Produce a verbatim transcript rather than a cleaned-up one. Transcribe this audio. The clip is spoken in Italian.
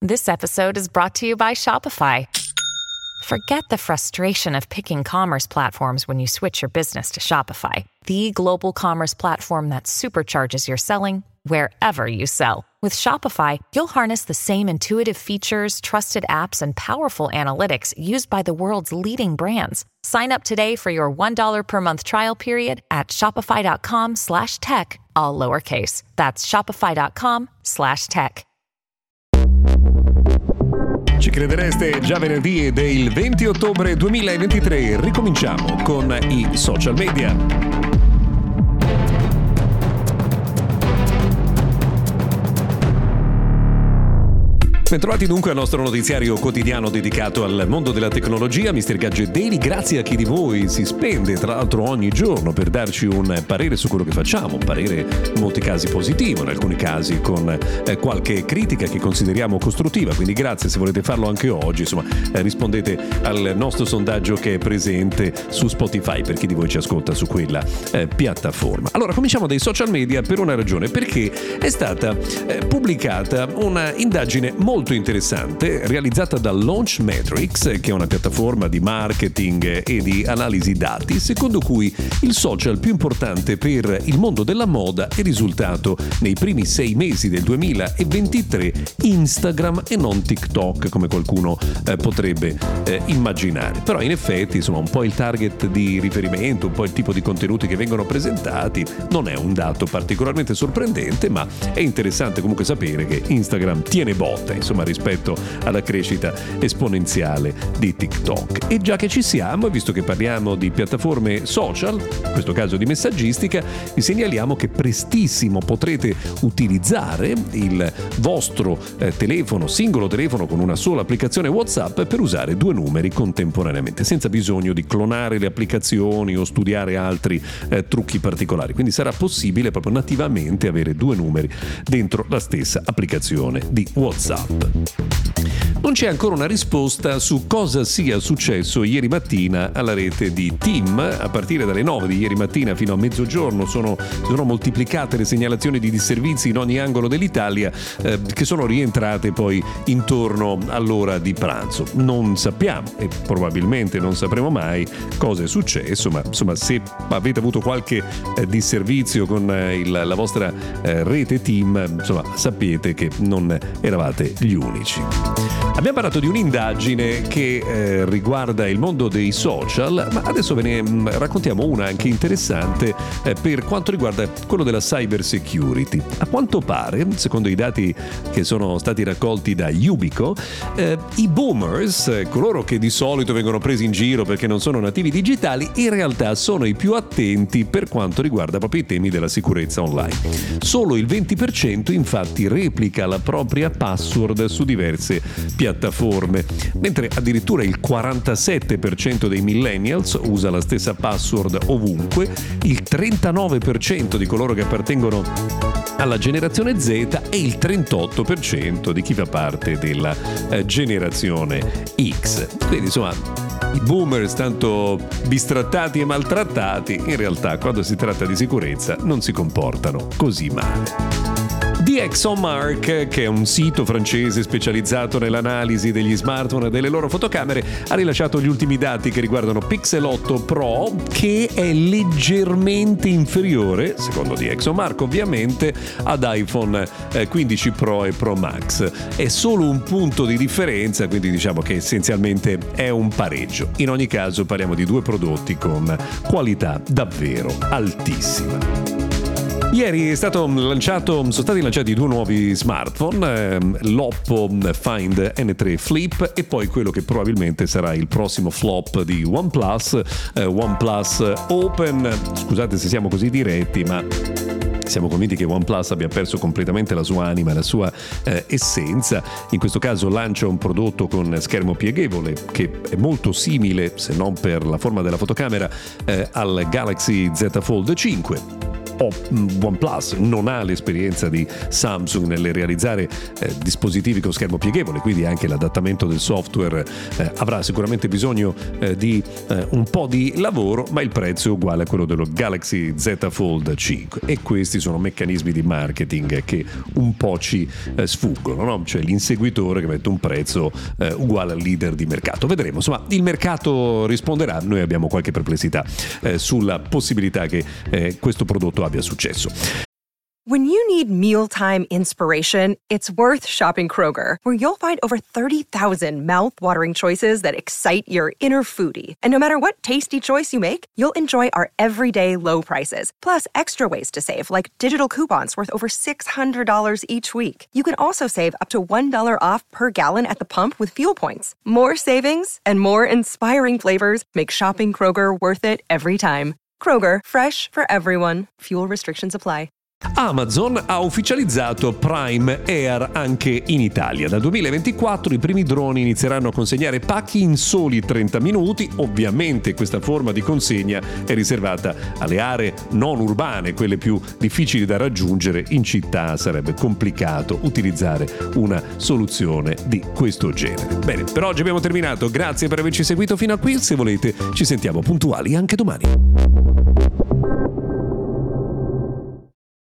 This episode is brought to you by Shopify. Forget the frustration of picking commerce platforms when you switch your business to Shopify, the global commerce platform that supercharges your selling wherever you sell. With Shopify, you'll harness the same intuitive features, trusted apps, and powerful analytics used by the world's leading brands. Sign up today for your one dollar per month trial period at shopify.com slash tech, all lowercase. That's shopify.com slash tech. Ci credereste, già venerdì ed è il venti ottobre duemilaventitré. Ricominciamo con i social media. Bentrovati dunque al nostro notiziario quotidiano dedicato al mondo della tecnologia, mister Gadget Daily. Grazie a chi di voi si spende, tra l'altro, ogni giorno per darci un parere su quello che facciamo, un parere in molti casi positivo, in alcuni casi con eh, qualche critica che consideriamo costruttiva, quindi grazie. Se volete farlo anche oggi, insomma, eh, rispondete al nostro sondaggio che è presente su Spotify per chi di voi ci ascolta su quella eh, piattaforma. Allora, cominciamo dai social media per una ragione, perché è stata eh, pubblicata una indagine molto interessante realizzata da Launchmetrics, che è una piattaforma di marketing e di analisi dati, secondo cui il social più importante per il mondo della moda è risultato nei primi sei mesi del duemilaventitré Instagram e non TikTok, come qualcuno eh, potrebbe eh, immaginare. Però in effetti, insomma, un po' il target di riferimento, un po' il tipo di contenuti che vengono presentati non è un dato particolarmente sorprendente, ma è interessante comunque sapere che Instagram tiene botta, insomma, rispetto alla crescita esponenziale di TikTok. E già che ci siamo, e visto che parliamo di piattaforme social, in questo caso di messaggistica, vi segnaliamo che prestissimo potrete utilizzare il vostro eh, telefono, singolo telefono con una sola applicazione WhatsApp, per usare due numeri contemporaneamente, senza bisogno di clonare le applicazioni o studiare altri eh, trucchi particolari. Quindi sarà possibile proprio nativamente avere due numeri dentro la stessa applicazione di WhatsApp. Non c'è ancora una risposta su cosa sia successo ieri mattina alla rete di Team. A partire dalle nove di ieri mattina fino a mezzogiorno sono, sono moltiplicate le segnalazioni di disservizi in ogni angolo dell'Italia, eh, che sono rientrate poi intorno all'ora di pranzo. Non sappiamo e probabilmente non sapremo mai cosa è successo, ma insomma, se avete avuto qualche eh, disservizio con eh, il, la vostra eh, rete Team, insomma, sappiate che non eravate gli unici. Abbiamo parlato di un'indagine che eh, riguarda il mondo dei social, ma adesso ve ne mh, raccontiamo una anche interessante eh, per quanto riguarda quello della cyber security. A quanto pare, secondo i dati che sono stati raccolti da Yubico, eh, i boomers, eh, coloro che di solito vengono presi in giro perché non sono nativi digitali, in realtà sono i più attenti per quanto riguarda proprio i temi della sicurezza online. Solo il venti per cento infatti replica la propria password su diverse piattaforme, mentre addirittura il quarantasette per cento dei millennials usa la stessa password ovunque, il trentanove per cento di coloro che appartengono alla generazione Z e il trentotto per cento di chi fa parte della eh, generazione X. Quindi insomma, i boomers tanto bistrattati e maltrattati, in realtà quando si tratta di sicurezza non si comportano così male. DxOMark, che è un sito francese specializzato nell'analisi degli smartphone e delle loro fotocamere, ha rilasciato gli ultimi dati che riguardano Pixel otto Pro, che è leggermente inferiore, secondo DxOMark ovviamente, ad iPhone quindici Pro e Pro Max. È solo un punto di differenza, quindi diciamo che essenzialmente è un pareggio. In ogni caso parliamo di due prodotti con qualità davvero altissima. Ieri è stato lanciato, sono stati lanciati due nuovi smartphone, ehm, l'Oppo Find N tre Flip e poi quello che probabilmente sarà il prossimo flop di OnePlus, eh, OnePlus Open. Scusate se siamo così diretti, ma siamo convinti che OnePlus abbia perso completamente la sua anima, la sua eh, essenza. In questo caso lancia un prodotto con schermo pieghevole che è molto simile, se non per la forma della fotocamera, eh, al Galaxy Z Fold cinque. OnePlus non ha l'esperienza di Samsung nel realizzare eh, dispositivi con schermo pieghevole, quindi anche l'adattamento del software eh, avrà sicuramente bisogno eh, di eh, un po' di lavoro, ma il prezzo è uguale a quello dello Galaxy Z Fold cinque, e questi sono meccanismi di marketing che un po' ci eh, sfuggono, no? Cioè l'inseguitore che mette un prezzo eh, uguale al leader di mercato. Vedremo, insomma, il mercato risponderà. Noi abbiamo qualche perplessità eh, sulla possibilità che eh, questo prodotto abbia successo. When you need mealtime inspiration, it's worth shopping Kroger, where you'll find over thirty thousand mouth-watering choices that excite your inner foodie. And no matter what tasty choice you make, you'll enjoy our everyday low prices, plus extra ways to save, like digital coupons worth over six hundred dollars each week. You can also save up to one dollar off per gallon at the pump with fuel points. More savings and more inspiring flavors make shopping Kroger worth it every time. Kroger, fresh for everyone. Fuel restrictions apply. Amazon ha ufficializzato Prime Air anche in Italia. Dal duemilaventiquattro i primi droni inizieranno a consegnare pacchi in soli trenta minuti. Ovviamente questa forma di consegna è riservata alle aree non urbane, quelle più difficili da raggiungere. In città sarebbe complicato utilizzare una soluzione di questo genere. Bene, per oggi abbiamo terminato. Grazie per averci seguito fino a qui. Se volete, ci sentiamo puntuali anche domani.